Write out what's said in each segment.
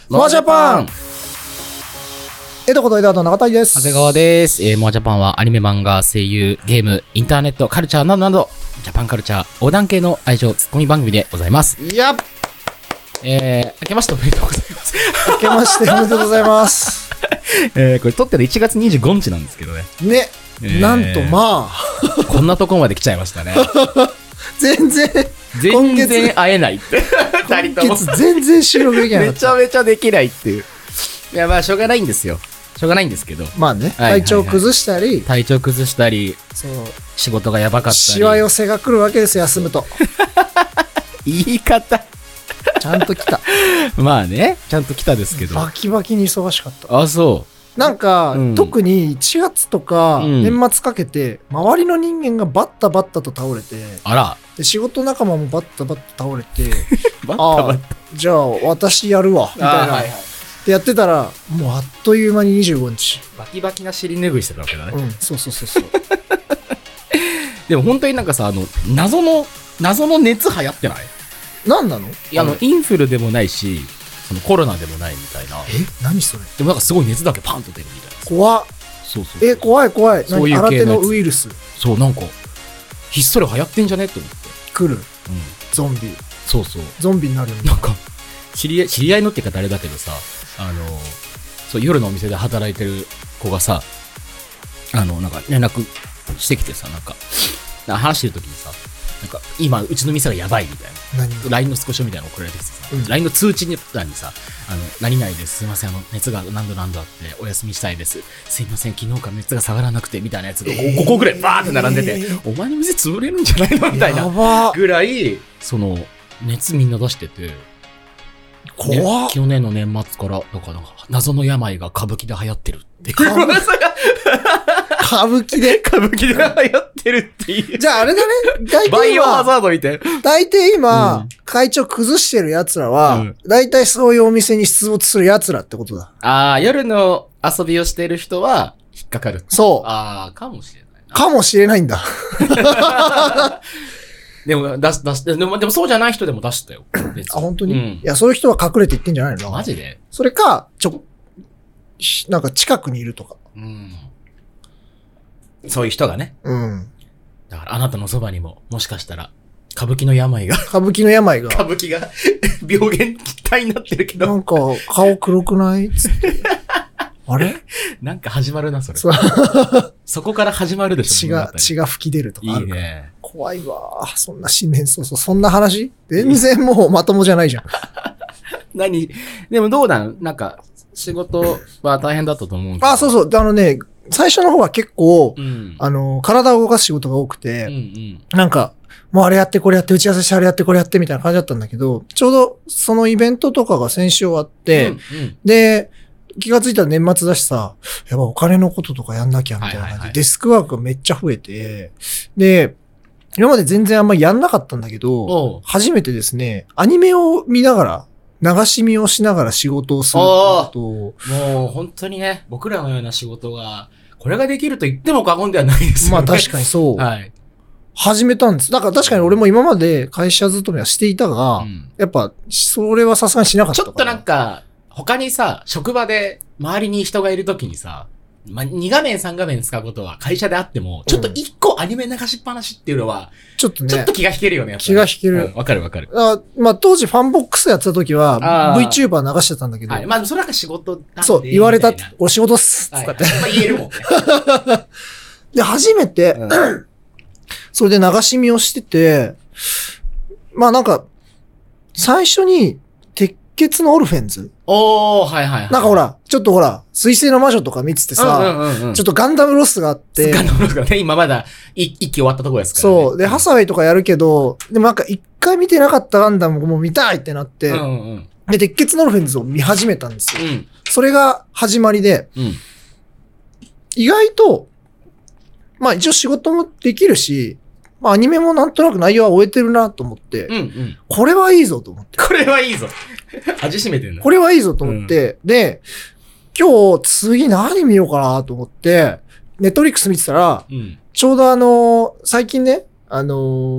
モアジャパン。こと枝と永谷です。 長谷川です。モアジャパンはアニメ、漫画、声優、ゲーム、インターネット、カルチャーなどなど、ジャパンカルチャー横断系の愛情ツッコミ番組でございます。 いや、 明けましておめでとうございます。 明けましておめでとうございます。 これ撮ってる1月25日なんですけどね。 ね、なんとまあこんなとこまで来ちゃいましたね。 全然会えないって2人とも全然収録できなかった。 めちゃめちゃできないっていう。いや、まあしょうがないんですよ。しょうがないんですけど、 まあね、体調崩したり、 そう仕事がやばかったり、 しわ寄せが来るわけですよ、休むと。 言い方ちゃんと来た。 まあね、ちゃんと来たですけど、 バキバキに忙しかった。 あ、そうなんか、特に1月とか年末かけて、周りの人間がバッタバッタと倒れて、 あら、 で仕事仲間もバッタバッタ倒れてバッタバッタ、 じゃあ私やるわみたいな、はいはい、でやってたらもうあっという間に25日バキバキな尻拭いしてたわけだね。 そうでも本当になんかさ、謎の熱流行ってない？ 何なの？ いや、インフルでもないし、そのコロナでもないみたいな。 何それ？ でもなんかすごい熱だけパンと出るみたいな。 怖っ。 そう。 怖い。 そういう新手のウイルス。 そう、なんかひっそり流行ってんじゃねって思って。 来る。ゾンビ。 そう。 ゾンビになるんだ。 なんか知り合いのって言い方あれだけどさ、そう夜のお店で働いてる子がさ、なんか連絡してきてさ、なんか話してる時にさ、なんか今うちの店がやばいみたいな LINE のスクショみたいなの送られてきてさ、LINE の通知欄にさ、何々です、すいません、熱が何度あってお休みしたいです、すいません、昨日から熱が下がらなくてみたいなやつが5個ぐらいバーって並んでて、お前の店潰れるんじゃないのみたいなぐらい、その熱みんな出してて、 怖っ。 去年の年末からなんか謎の病が歌舞伎で流行ってるっていう歌舞伎で流行ってるっていう。 じゃああれだね。 バイオハザードみたいな。 大体今、会長崩してる奴らは、大体そういうお店に出没する奴らってことだ。 ああ、夜の遊びをしている人は引っかかる。 そう。 ああ、かもしれないな。 かもしれないんだ。 でもでもそうじゃない人でも出したよ。 あ、本当に？いや、そういう人は隠れて言ってんじゃないの？ マジで？ それか、なんか近くにいるとか。 そういう人がね。だからあなたのそばにも、もしかしたら、歌舞伎の病が。 歌舞伎が病原体になってるけど。 なんか、顔黒くないつって。あれなんか始まるな、それ。そこから始まるでしょ。 血が吹き出るとかあるから。 いいね。 怖いわ。そんな新年早々、そんな話全然もうまともじゃないじゃん。 でもどうなんか、仕事は大変だったと思うんですけど。 あ、そう。最初の方は結構、体を動かす仕事が多くて、なんか、もうあれやってこれやって打ち合わせしてあれやってこれやってみたいな感じだったんだけど、ちょうどそのイベントとかが先週終わって、で、気がついたら年末だしさ、やっぱお金のこととかやんなきゃみたいな感じで、デスクワークがめっちゃ増えて、で、今まで全然あんまりやんなかったんだけど、初めてですね、アニメを見ながら、流し見をしながら仕事をすると。 もう本当にね、僕らのような仕事が、これができると言っても過言ではないですよね。 まあ確かにそう。 はい。 始めたんです。だから確かに俺も今まで会社勤めはしていたが、やっぱ、それはさすがにしなかったから。 ちょっとなんか、他にさ、職場で周りに人がいるときにさ、2画面3画面使うことは会社であっても、ちょっと1個アニメ流しっぱなしっていうのは、ちょっと気が引けるよね、やっぱり。 気が引ける。 わかる。 まあ当時ファンボックスやってた時は、VTuber 流してたんだけど。 はい。まあそれなんか仕事なんで。 そう、言われたって、お仕事っす。 つって。まあ言えるもんね。 で、初めて、それで流し見をしてて、まあなんか、最初に、鉄血のオルフェンズ。 はい。 なんかほら、ちょっとほら、水星の魔女とか見ててさ、ちょっとガンダムロスがあって。 ガンダムロスがね、今まだ一期終わったところですからね。そう。で、ハサウェイとかやるけど、でもなんか一回見てなかったガンダムも見たいってなって、で、鉄血のオルフェンズを見始めたんですよ。それが始まりで、意外と、まあ一応仕事もできるし、まあアニメもなんとなく内容は終えてるなと思って、これはいいぞと思って。 これはいいぞ。味しめてんだ。 これはいいぞと思って、で、今日次何見ようかなと思って、ネットフリックス見てたら、ちょうど最近ね、パ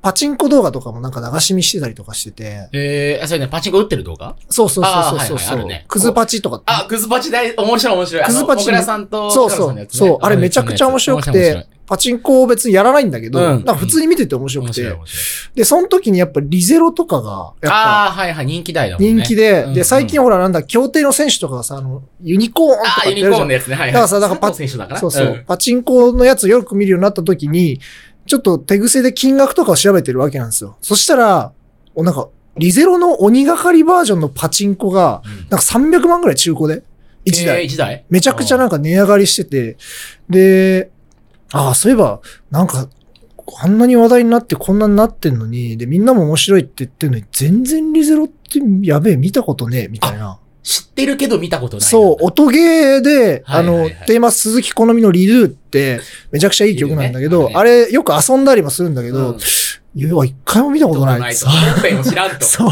パチンコ動画とかもなんか流し見してたりとかしてて。 それね、パチンコ打ってる動画？ そうそうそうそうはいはい、 そう、 あるね。 クズパチとかって。 クズパチ面白い。 クズパチ。 小倉さんと、 そうそう。そう、あれめちゃくちゃ面白くて、パチンコを別にやらないんだけど、なんか普通に見てて面白くて。で、その時にやっぱリゼロとかが、やっぱ。 はいはい、人気だよね。 人気で、で、最近ほらなんだ、競艇の選手とかがさ、ユニコーンとかってやるじゃん。 ユニコーンのやつね、はいはい。 だからさ、なんかそうそう、パチンコのやつをよく見るようになった時に、ちょっと手癖で金額とかを調べてるわけなんですよ。そしたら、なんか、リゼロの鬼がかりバージョンのパチンコが、なんか300万ぐらい中古で。1台。 1台めちゃくちゃなんか値上がりしてて。で、そういえば、なんか、あんなに話題になってこんなになってんのに、で、みんなも面白いって言ってんのに、全然リゼロってやべえ、見たことねえ、みたいな。 知ってるけど見たことない。 そう、音ゲーで、テーマ鈴木好みのリルーって、めちゃくちゃいい曲なんだけど、あれ、よく遊んだりもするんだけど、一回も見たことない。 本編を知らんと。 そう。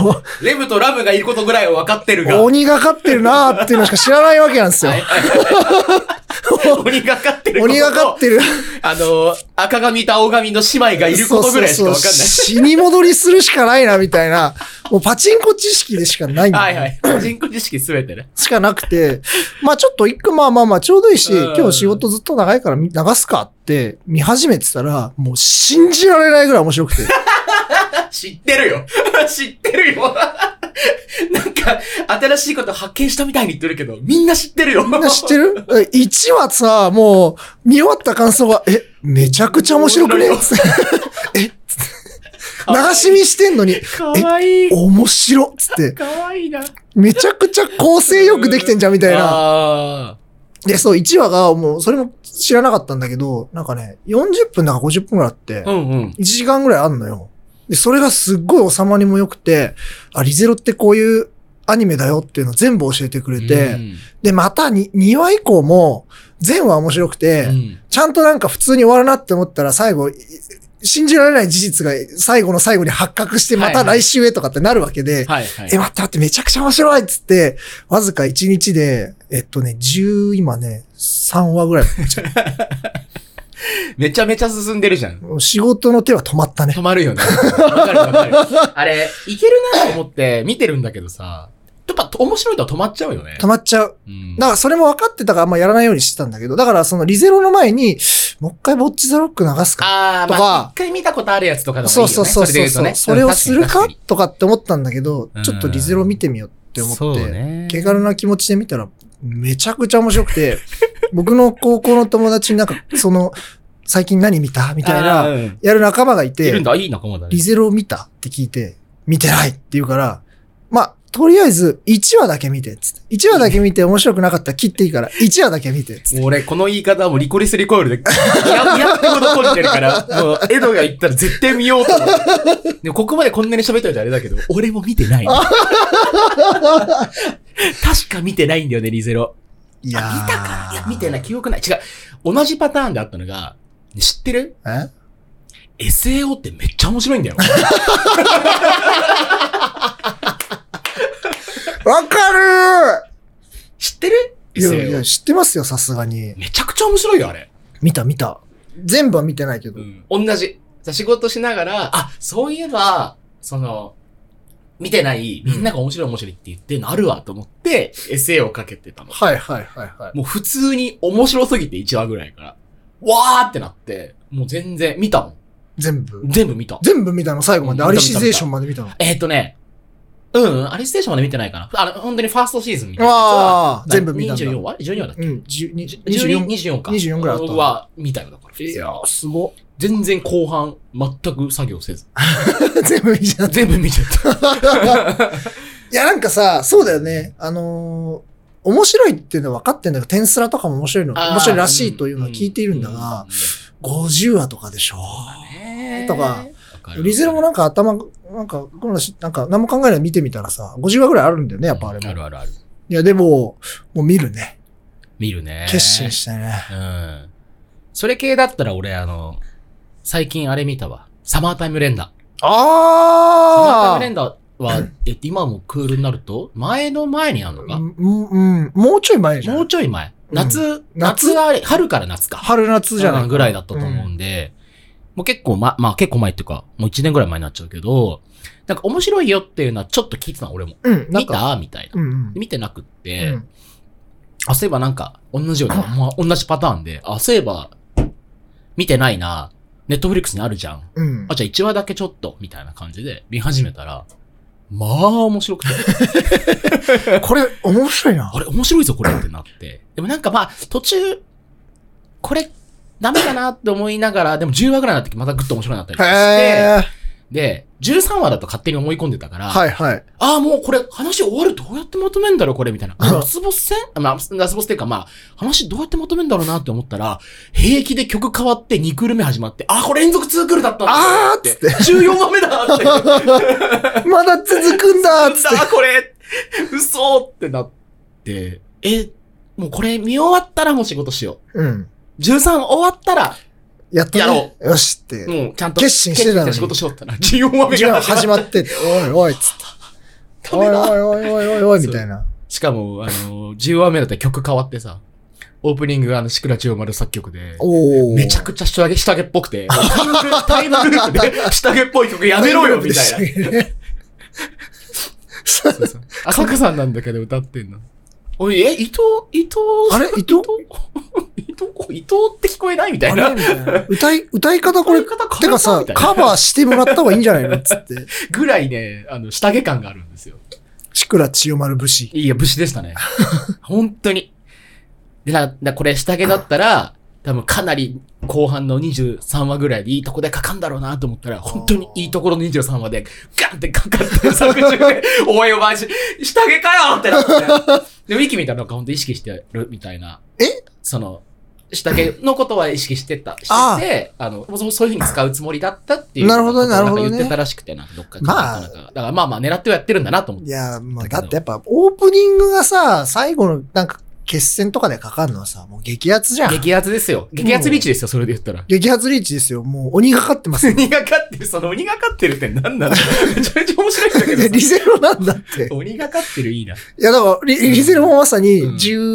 レムとラムがいることぐらいは分かってるが。 鬼がかってるなーっていうのしか知らないわけなんですよ。 鬼がかってる。 鬼がかってる。 赤髪と青髪の姉妹がいることぐらいしか分かんない。 死に戻りするしかないな、みたいな。もうパチンコ知識でしかないんだ、 はいはい。パチンコ知識すべてね。 しかなくて、まあちょっとまあちょうどいいし、今日仕事ずっと長いから流すかって見始めてたら、もう信じられないぐらい面白くて。 知ってるよ。知ってるよ。なんか、新しいこと発見したみたいに言ってるけど、みんな知ってるよ。 みんな知ってる ?1 話さ、もう、見終わった感想が、めちゃくちゃ面白くね流し見してんのに、 かわいい。 面白っつって。 かわいいな。 めちゃくちゃ構成よくできてんじゃんみたいな。で、そう、1話がもう、それも知らなかったんだけど、なんかね、40分だか50分ぐらいあって、1時間ぐらいあんのよ。で、それがすっごい収まりも良くて、リゼロってこういうアニメだよっていうのを全部教えてくれて、で、また2話以降も、全話面白くて、ちゃんとなんか普通に終わるなって思ったら最後、信じられない事実が最後の最後に発覚して、また来週へとかってなるわけで、待ってめちゃくちゃ面白いっつって、わずか1日で、今ね、3話ぐらい。 めちゃめちゃ進んでるじゃん。 仕事の手は止まったね。 止まるよね。わかる。あれ、いけるなと思って見てるんだけどさ、やっぱ面白いと止まっちゃうよね。 止まっちゃう。だからそれも分かってたからあんまやらないようにしてたんだけど、だからそのリゼロの前に、もう一回ボッチザロック流すかとか。 一回見たことあるやつとかでもいいよね。 そう。それをするかとかって思ったんだけど、ちょっとリゼロ見てみようって思って、手軽な気持ちで見たら、めちゃくちゃ面白くて、僕の高校の友達になんか、最近何見たみたいな、やる仲間がいて、 いるんだ、いい仲間だね。 リゼロ見たって聞いて、見てないって言うから、まあ、とりあえず、1話だけ見て、つって。1話だけ見て面白くなかったら切っていいから、1話だけ見て、つって。 俺、この言い方はもうリコリスリコイルで、やってこと取ってるから、もう、エドが言ったら絶対見ようと思って。でも、ここまでこんなに喋っといてあれだけど、俺も見てない。確か見てないんだよね、リゼロ。見たかいや、見てない、記憶ない。違う。同じパターンであったのが、知ってる?SAO ってめっちゃ面白いんだよ。 わかる知ってる？ いや、知ってますよ、さすがに。 めちゃくちゃ面白いよ、あれ。 見た。全部は見てないけど。 同じ。仕事しながら、そういえば、見てない、みんなが面白いって言ってるのあるわと思って、SA をかけてたの。 はい。 もう普通に面白すぎて1話ぐらいから、わーってなって、もう全然見たもん。 全部見た。 全部見たの最後まで。アリシゼーションまで見たの。 アリステーションまで見てないかな。本当にファーストシーズンみたいな。 全部見たんだ。 24話 ?12 話だっけ 24か。24ぐらいあった。 は、見たよだから。 いやー、すご。 全然後半、全く作業せず。 全部見ちゃった。いや、なんかさ、そうだよね。面白いっていうのは分かってんだけど、テンスラとかも面白いらしいというのは聞いているんだが、50話とかでしょ。とか、リゼロもなんか何も考えないで見てみたらさ、50話ぐらいあるんだよね、やっぱあれも。 ある。 いや、でもう見るね。決心したね。 それ系だったら俺最近あれ見たわ。サマータイム連打。サマータイム連打は、今もクールになると前の前になるのかもうちょい前じゃん。 もうちょい前。春から夏か。 春夏じゃないぐらいだったと思うんで、 もう結構結構前っていうか、もう1年ぐらい前になっちゃうけど、なんか面白いよっていうのはちょっと聞いてたの、俺も。見たみたいな、見てなくって、あ、そういえばなんか、同じような、同じパターンで、あ、そういえば、見てないな、ネットフリックスにあるじゃん。あ、じゃあ1話だけちょっと、みたいな感じで見始めたら、まあ、面白くて。 これ、面白いな。 あれ、面白いぞ、これってなって。でもなんか途中、これ、ダメかなって思いながら、でも10話ぐらいになってきてまたグッと面白くなったりして、で、13話だと勝手に思い込んでたから、 はいはい。 ああ、もうこれ話終わるどうやってまとめんだろうこれみたいな。ラスボス戦ラスボスっていうか話どうやってまとめんだろうなって思ったら、平気で曲変わって2クール目始まって、あ、これ連続2クールだったんだって。14話目だって。 まだ続くんだって。 これ、嘘ってなって、もうこれ見終わったらもう仕事しよう。13終わったら、 やろう。 よしって。 もうちゃんと。 決心してたのに。 仕事しようってな。14話目が始まって、おいおいっつった。おいおいおいおいおいおいみたいな。 しかも、10話目だったら曲変わってさ、オープニングがシクラ千代丸作曲で、めちゃくちゃ下着っぽくて、タイムループで下着っぽい曲やめろよみたいな。浅香さんなんだけど歌ってんの。おい、伊藤あれ伊藤って聞こえないみたいな。 歌い方これ、てかさ、カバーしてもらった方がいいんじゃないのつって。 ぐらいね、下着感があるんですよ。 シクラ千代丸節。 いや、節でしたね。本当に。で、これ下着だったら、多分かなり後半の23話ぐらいでいいとこでかかんだろうなと思ったら、本当にいいところの23話でガンってかかってる作中で、おいお前、下着かよってなって。で、ウィキ見たらなんか本当意識してるみたいな。下着のことは意識してて、そういう風に使うつもりだったっていう。 なるほどね、なるほどね。 言ってたらしくて、なんかどっかで。だから狙ってはやってるんだなと思って。 いや、だってやっぱオープニングがさ、最後のなんか、決戦とかでかかるのはさ、もう激アツじゃん。 激アツですよ。激アツリーチですよ、それで言ったら。 激アツリーチですよ。もう鬼がかってますよ。 鬼がかってる、鬼がかってるって何なのめちゃめちゃ面白いんだけど。 リゼロなんだって。 鬼がかってるいいな。いや、だからリゼロもまさに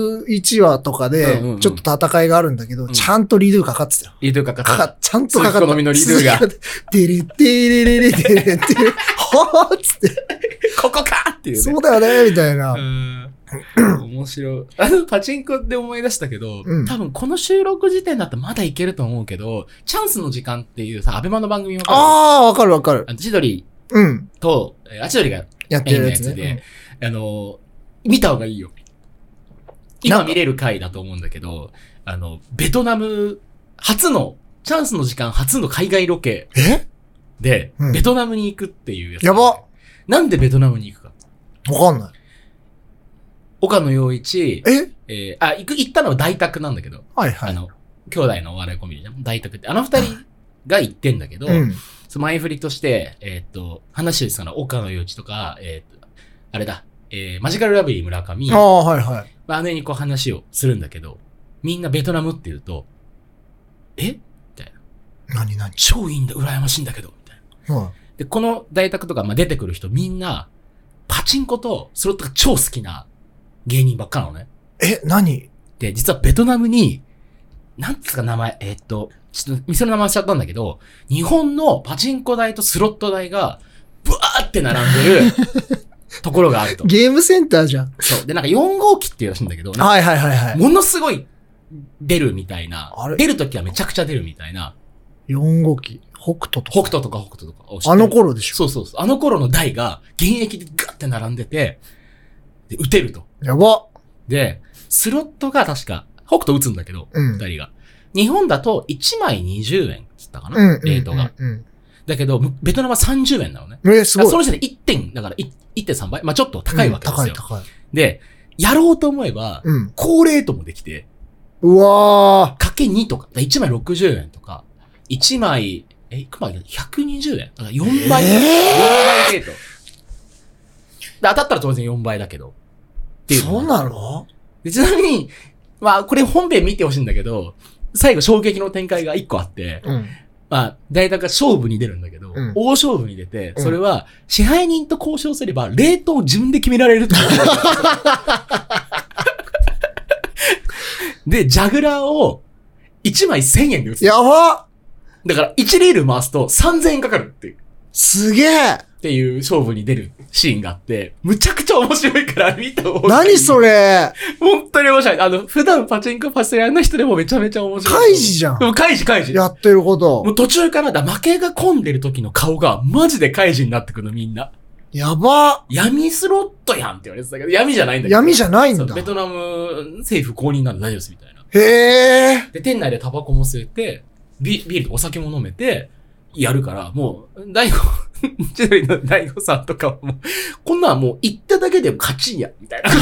11話とかで、ちょっと戦いがあるんだけど、ちゃんとリドゥかかってたよ。 リドゥかかってた。 ちゃんとかかってた。 好みのリドゥが。 デレデレレレデレデレ、はぁっつって。 ここかっていうね。 そうだよね、みたいな。 面白い。パチンコで思い出したけど、多分この収録時点だったらまだいけると思うけど、チャンスの時間っていうさ、アベマの番組わかる？ ああ、わかるわかる。 千鳥と、千鳥がやってるやつで、 見た方がいいよ。今見れる回だと思うんだけど、ベトナム初の、チャンスの時間初の海外ロケで、ベトナムに行くっていうやつ。 やば！ なんでベトナムに行くか。 わかんない。 岡野陽一、行ったのは大宅なんだけど、 はいはい。 兄弟のお笑いコンビニじゃん。大宅って、二人が行ってんだけど、その前振りとして、話をしたのは岡野陽一とか、あれだ、マジカルラブリー村上、 はいはい。 あの辺にこう話をするんだけど、みんなベトナムって言うと、みたいな。 何超いいんだ、羨ましいんだけど、みたいな。で、この大宅とか、出てくる人みんな、パチンコとスロットが超好きな芸人ばっかなのね。 何？ で、実はベトナムに、なんつうか名前、ちょっと店の名前しちゃったんだけど、日本のパチンコ台とスロット台が、ブワーって並んでるところがあると。 ゲームセンターじゃん。 そう。で、なんか4号機っていうらしいんだけど、 はいはいはいはい。 ものすごい出るみたいな。出るときはめちゃくちゃ出るみたいな。 4号機。北斗とか。あの頃でしょ。 そう。あの頃の台が現役でガッて並んでて、で、撃てると。 やば。 で、スロットが確か、北斗撃つんだけど、二人が。日本だと1枚20円つったかな、レートが。だけど、ベトナムは30円なのね。 すごい。 その時点でだから 1.3 倍。ちょっと高いわけですよ。 高い。 で、やろうと思えば、高レートもできて、 うわかけ2とか、1枚60円とか、1枚、いくまで120円だから4倍。4倍レート。で、当たったら当然4倍だけど。っていう。 そうなの？ でちなみに、これ本編見てほしいんだけど、最後衝撃の展開が1個あって、大体が勝負に出るんだけど、大勝負に出て、それは支配人と交渉すれば、レートを自分で決められると思う。で、ジャグラーを1枚1000円で売る。 やば！ だから1リール回すと3000円かかるっていう。 すげえっていう勝負に出るシーンがあって、むちゃくちゃ面白いから見た方がいい。 何それ本当に面白い。普段パチンコパスやんない人でもめちゃめちゃ面白い。 カイジじゃん。 でもカイジ。 やってること。 もう途中から負けが込んでる時の顔がマジでカイジになってくるのみんな。 やば。 闇スロットやんって言われてたけど、闇じゃないんだけど。 闇じゃないんだ。 ベトナム政府公認なんで大丈夫ですみたいな。 へー。 で、店内でタバコも吸えて、ビールとお酒も飲めて、やるから、もう、大悟、千鳥の大悟さんとかはもう、こんなんもう行っただけで勝ちや、みたいな。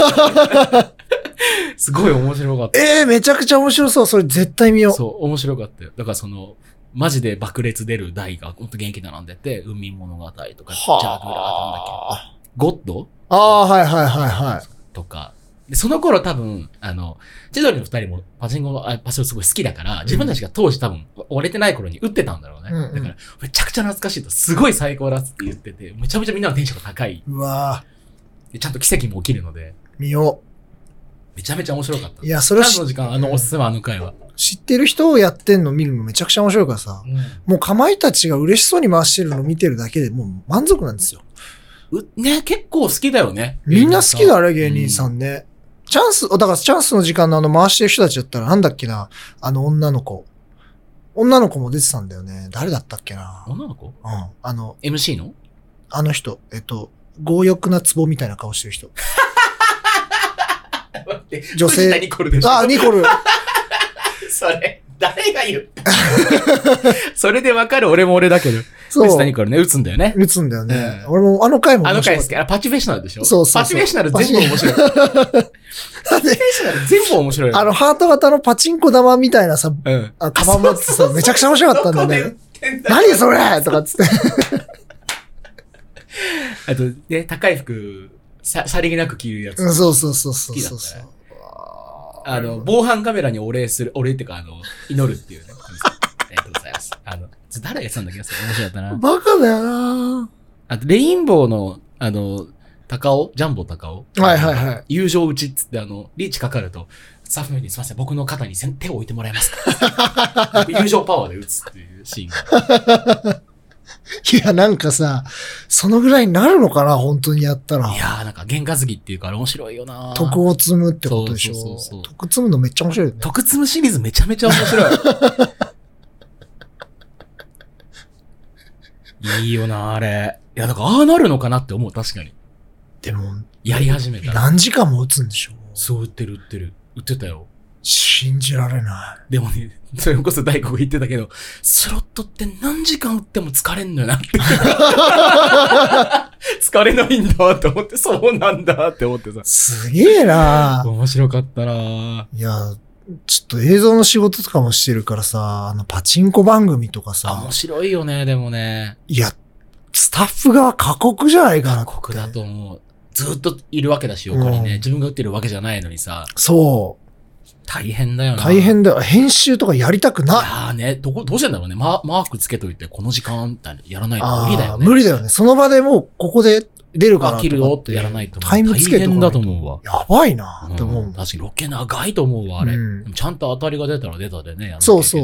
すごい面白かった。 めちゃくちゃ面白そう。それ絶対見よう。 そう、面白かったよ。だからマジで爆裂出る大がほんと元気並んでて、海物語とか、ジャグラーなんだっけ。ゴッドとか。で、その頃多分、千鳥の二人もパチンコのパチンコすごい好きだから、自分たちが当時多分、折れてない頃に打ってたんだろうね。だから、めちゃくちゃ懐かしいと、すごい最高だって言ってて、めちゃめちゃみんなのテンションが高い。 うわでちゃんと奇跡も起きるので。 見よう。めちゃめちゃ面白かった。 いや、それは何の時間、おすすめ回は。 知ってる人をやってんの見るのめちゃくちゃ面白いからさ、もうかまいたちが嬉しそうに回してるの見てるだけでもう満足なんですよ。 ね、結構好きだよね。 みんな好きだね、芸人さんね。だからチャンスの時間の回してる人たちだったらなんだっけな、女の子も出てたんだよね。誰だったっけな。 女の子？ うん。 MC の？ 人、強欲な壺みたいな顔してる人。 待って、 女性。 藤田ニコルでしょ。 ニコル。 それ、誰が言ったそれでわかる俺も俺だけど。そう。藤田ニコルね、打つんだよね。 打つんだよね。俺も回も面白い。 好き。パチフェッショナルでしょ？ そう。 パチフェッショナル全部面白い。パチフェッショナル全部面白い。 ハート型のパチンコ玉みたいなさ、カバン持ってさ、めちゃくちゃ面白かったんだよね。何それとかっつって。 あと、ね、高い服、さりげなく着るやつ。 そう。 好きだったね。防犯カメラにお礼っていうか、祈るっていうね。ありがとうございます。誰がやってたんだっけな、面白かったな。 バカだよな。 あと、レインボーの、ジャンボ高尾。 はい。 友情打ちっつって、リーチかかると、スタッフの人にすいません、僕の肩に手を置いてもらえますか友情パワーで打つっていうシーンが。 いや、なんかさ、そのぐらいになるのかな、本当にやったら。 いやー、なんか、験担ぎっていうから面白いよな。 徳を積むってことでしょ。 そう。 徳積むのめっちゃ面白いよね。 徳積むシリーズめちゃめちゃ面白い。いいよな、あれ。いや、なんか、ああなるのかなって思う、確かに。 でも、 やり始めたら。 何時間も打つんでしょ。 そう、打ってたよ。 信じられない。 でもね、それこそ大悟が言ってたけど、スロットって何時間打っても疲れんのよなって。疲れないんだって思って、そうなんだって思ってさ。 すげえな。 面白かったな。 いや、ちょっと映像の仕事とかもしてるからさ、パチンコ番組とかさ。 面白いよね、でもね。 いや、スタッフ側過酷じゃないかな。 過酷だと思う。ずっといるわけだし、横にね、自分が打ってるわけじゃないのにさ。 そう。 大変だよな。 大変だよ。編集とかやりたくない。 いやーね、どうしてんだろうね。マークつけといて、この時間みたいなやらないと無理だよね。 無理だよね。その場でもう、ここで出るから切るよってやらないと。 タイムつけとかないと。 大変だと思うわ。 やばいなって思う。 確かにロケ長いと思うわ、あれ。でもちゃんと当たりが出たら出たでね。 そう。ね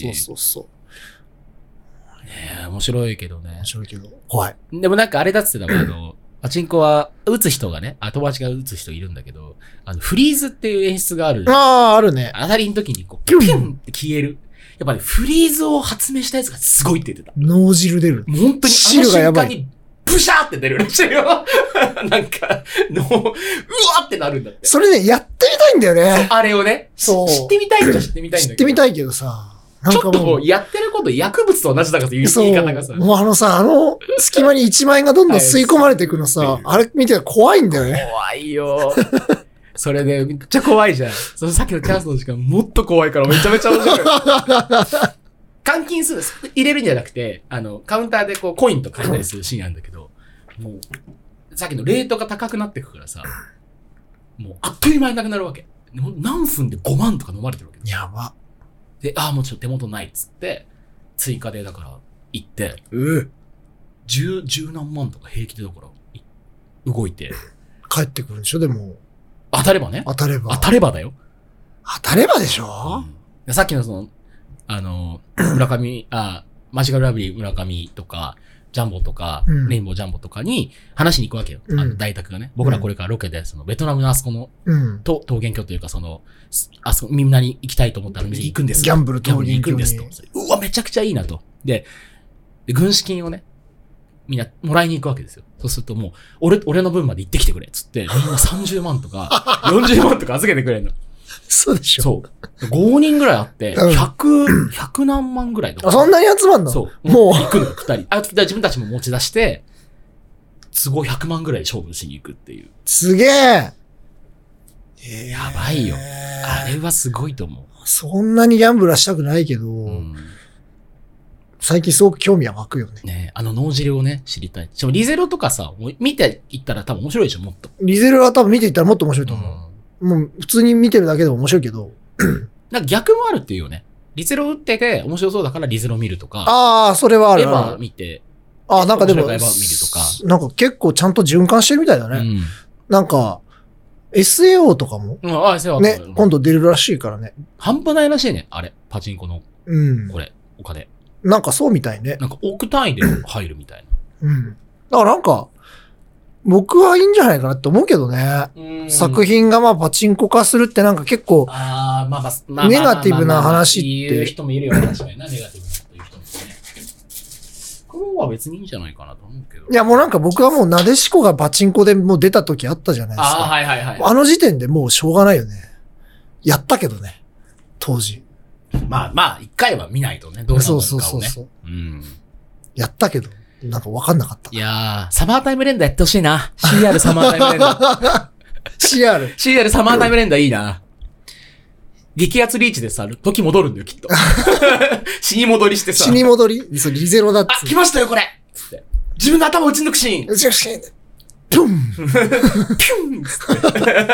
え、面白いけどね。 面白いけど。怖い。 でもなんかあれだっつってたもん、パチンコは、打つ人がね、友達が打つ人いるんだけど、フリーズっていう演出がある。 あるね。 当たりの時にこう、ピュンって消える。やっぱね、フリーズを発明したやつがすごいって言ってた。 脳汁出る。 本当に汁がやばい。 ブシャーって出るらしいよ。なんか、うわってなるんだって。 それね、やってみたいんだよね。 あれをね。 そう。 知ってみたいっちゃ知ってみたいんだけど。 知ってみたいけどさ。 ちょっともうやってること薬物と同じだからという言い方がさ。 もう隙間に1万円がどんどん吸い込まれていくのさ、あれ見て怖いんだよね。 怖いよ。それで、めっちゃ怖いじゃん。さっきのチャンスの時間もっと怖いからめちゃめちゃ面白い。換金する、入れるんじゃなくて、カウンターでこうコインと買えたりするシーンなんだけど、もう、さっきのレートが高くなってくからさ、もうあっという間になくなるわけ。何分で5万とか飲まれてるわけ。 やば。 で、もうちょっと手元ないっつって、追加でだから行って、十何万とか平気でだから、動いて。 帰ってくるんでしょでも。 当たればね。 当たれば。 当たればだよ。 当たればでしょ、 さっきの村上、マジカルラブリー村上とか、ジャンボとか、レインボージャンボとかに話しに行くわけよ。大宅がね。僕らこれからロケで、ベトナムのあそこの、桃源郷というか、あそこ、みんなに行きたいと思ったら店に行くんです。 ギャンブルに行くんですと。うわ、めちゃくちゃいいなと。で、軍資金をね、みんなもらいに行くわけですよ。そうするともう、俺の分まで行ってきてくれ。つって、みんな30万とか、40万とか預けてくれるの。 そうでしょ。 そう。5人ぐらいあって、100何万ぐらいとか。 そんなに集まんの？ そう。もう行くの、2人。自分たちも持ち出して、都合100万ぐらい勝負しに行くっていう。 すげえ。 やばいよ。あれはすごいと思う。 そんなにギャンブルはしたくないけど、最近すごく興味は湧くよね。 ね脳汁をね、知りたい。しかもリゼロとかさ、見ていったら多分面白いでしょ、もっと。 リゼロは多分見ていったらもっと面白いと思う。もう普通に見てるだけでも面白いけど。 なんか逆もあるっていうよね。リゼロ打ってて面白そうだからリゼロ見るとか。 ああ、それはある。 エヴァ見て。 なんかでも、 エヴァ見るとか。 なんか結構ちゃんと循環してるみたいだね。なんか、SAO とかも。 SAO ね、今度出るらしいからね。 半端ないらしいね、あれ。パチンコの。これ、お金。 なんかそうみたいね。 なんか億単位で入るみたいな。だからなんか、僕はいいんじゃないかなって思うけどね。作品がパチンコ化するってなんか結構、ネガティブな話って。 言う人もいるよね、確かにな、ネガティブなという人もね。このは別にいいんじゃないかなと思うけど。 いやもうなんか僕はもうなでしこがパチンコでもう出た時あったじゃないですか。あの時点でもうしょうがないよね。やったけどね。当時。 一回は見ないとね、どうなるのかをね。 そう。やったけど。なんか分かんなかった。 いやー、サマータイム連打やってほしいな。CR サマータイム連打。CR サマータイム連打いいな。激アツリーチでさ、時戻るんだよ、きっと。死に戻りしてさ。 死に戻りリゼロだって。 来ましたよ、これつって。自分の頭を打ち抜くシーン。 打ち抜くシーン。ピュンピュンつって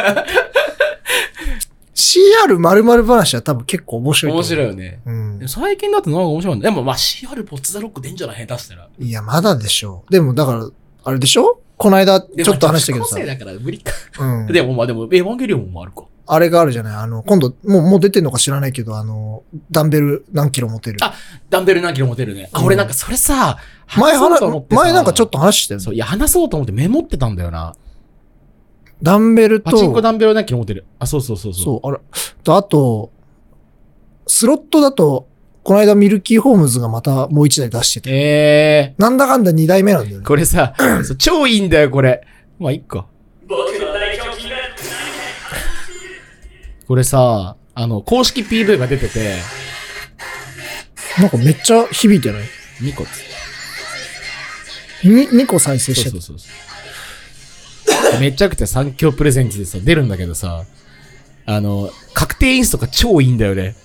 。CR 〇〇話は多分結構面白い。 面白いよね。最近だとなんか面白いんだ。でもCR ポッツザロック出んじゃない下手したら。 いや、まだでしょ。でもだから、あれでしょこの間、ちょっと話したけどさ。 個性だから無理か。でもエヴァンゲリオンもあるか。 あれがあるじゃない。今度、もう出てんのか知らないけど、ダンベル何キロ持てる。 ダンベル何キロ持てるね。俺なんかそれさ、 前なんかちょっと話してる。 そう、いや、話そうと思ってメモってたんだよな。 ダンベルと。 パチンコダンベル何キロ持てる。そう。 そう、あれ。あと、スロットだと、この間ミルキーホームズがまたもう一台出してて。なんだかんだ2台目なんだよね。 これさ、超いいんだよ、これ。まあ、いっか。これさ、公式 PV が出てて。 なんかめっちゃ響いてない ?2 個 2個再生してる。 そう。めちゃくちゃ三強プレゼンツでさ、出るんだけどさ、確定演出とか超いいんだよね。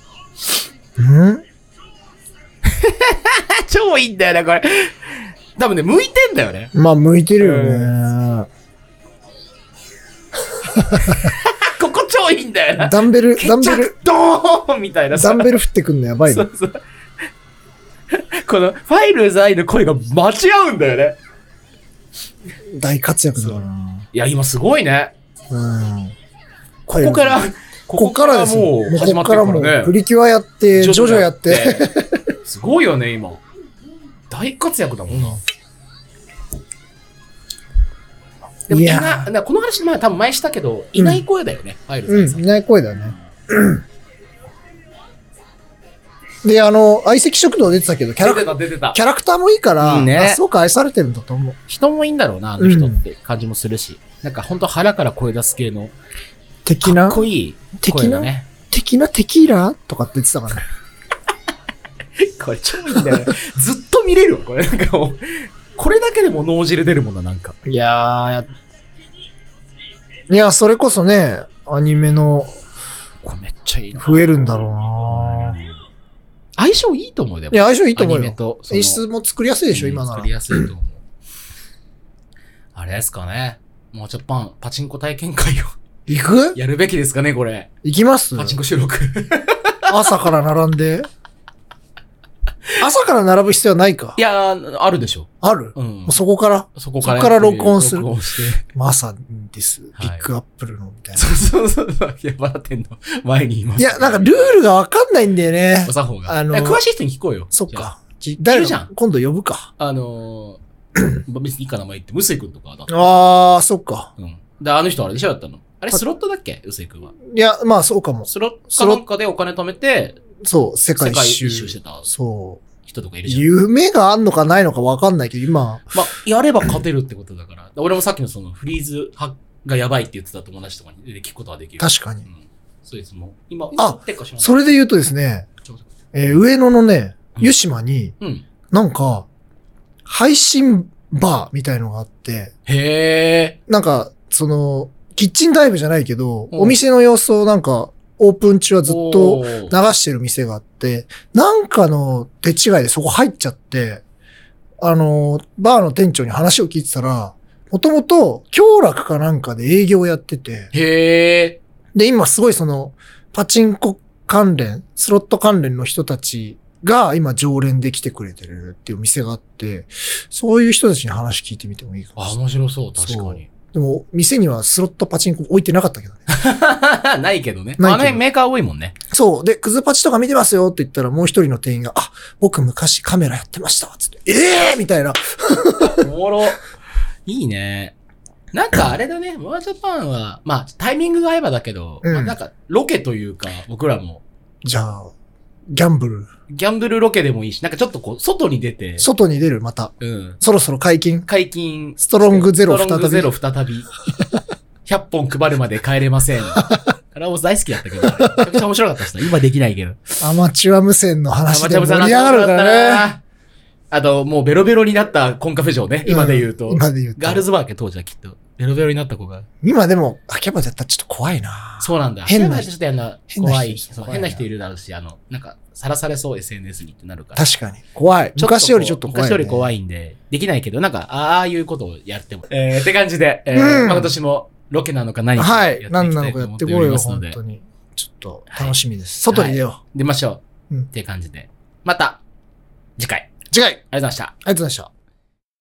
超いいんだよね、これ。多分ね、向いてんだよね。 向いてるよね。 ここ超いいんだよな。 ダンベル、 ドーンみたいなさ。 ダンベル降ってくんのやばいね。 そう。この、ファイルズ愛の声が間違うんだよね。 大活躍だからな。 いや、今すごいね。ここからですもう始まってるからね。 プリキュアやって、ジョジョやって。 すごいよね、今。大活躍だもんな。でもこの話多分前したけど、いない声だよね、ファイルズ。 いない声だね。で、相席食堂出てたけど、キャラクターもいいから、すごく愛されてるんだと思う。 人もいいんだろうな、あの人って感じもするし。なんかほんと腹から声出す系の。かっこいい声だね。 的なテキーラとかって言ってたからね。 これ超いいんだよね。ずっと見れるわ、これ。なんかもう、これだけでも脳汁出るもんな、なんか。 いや、それこそね、アニメの、 これめっちゃいいな。 増えるんだろうな。 相性いいと思うよ。 いや、相性いいと思うよ。 アニメと演出も作りやすいでしょ、今なら。 作りやすいと思う。あれですかね。もうちょっとパチンコ体験会を。 行く？ やるべきですかね、これ。 行きます？ パチンコ収録。 朝から並んで。 朝から並ぶ必要はないか。 いやー、あるでしょ。 ある、 うん。 もうそこからそこから録音する。 録音して。 まさにです。 はいビッグアップルのみたいな。 そう。いや、笑ってんの。前にいます。 いや、なんかルールがわかんないんだよね。 お作法が。詳しい人に聞こうよ。 そっか。 いるじゃん。 今度呼ぶか。 別にいいか名前言って、ムスイ君とかだった。 あー、そっか。 うん。で、あの人あれでしょだったの。あれスロットだっけムスイ君は。 いや、まあそうかも。 スロットかなんかでお金貯めて、 そう、世界一周してた。 そう。 人とかいるじゃん。 夢があんのかないのかわかんないけど、今。 まあ、やれば勝てるってことだから。俺もさっきのそのフリーズがやばいって言ってた友達とかに聞くことはできる。 確かに。 うん。そうです、もう。今、 それで言うとですね、上野のね、湯島に、なんか、配信バーみたいのがあって、 へー。 なんか、その、キッチンダイブじゃないけど、お店の様子をなんか、オープン中はずっと流してる店があって、なんかの手違いでそこ入っちゃって、バーの店長に話を聞いてたら、もともと、京楽かなんかで営業やってて、 へー。で、今すごいその、パチンコ関連、スロット関連の人たちが今常連で来てくれてるっていう店があって、そういう人たちに話聞いてみてもいいかもしれない。 面白そう、確かに。 でも、店にはスロットパチンコ置いてなかったけどね。 ないけどね。あの辺メーカー多いもんね。 そう。で、クズパチとか見てますよって言ったらもう一人の店員が、あ、僕昔カメラやってましたつって、みたいな。 おもろ。いいね。なんかあれだね、モアジャパンは、まあタイミングが合えばだけど、まあなんかロケというか、僕らも。 じゃあ、ギャンブルロケでもいいし、なんかちょっとこう、外に出て。 外に出る、また。 うん。 そろそろ解禁。 ストロングゼロ再び。 100本配るまで帰れません。あれも大好きだったけど、めちゃくちゃ面白かったしな。今できないけど。 アマチュア無線の話で盛り上がるからね。 あと、もうベロベロになったコンカフェ嬢ね。今で言うと。 今で言うと。 ガールズバー当時はきっと。ベロベロになった子が。 今でも、秋葉だったらちょっと怖いな。 そうなんだ。 変な人。ちょっと怖い。変な人いるだろうし、なんか、さらされそう SNS にってなるから。 確かに。怖い。昔よりちょっと怖い、 昔より怖いんで、できないけど、なんか、ああいうことをやっても。って感じで、今年もロケなのか何かやっていきたいと思っておりますので。はい。何なのかやってこいよ、本当に。ちょっと楽しみです。外に出よう。出ましょう。って感じで。また、次回。 ありがとうございました。 ありがとうございました。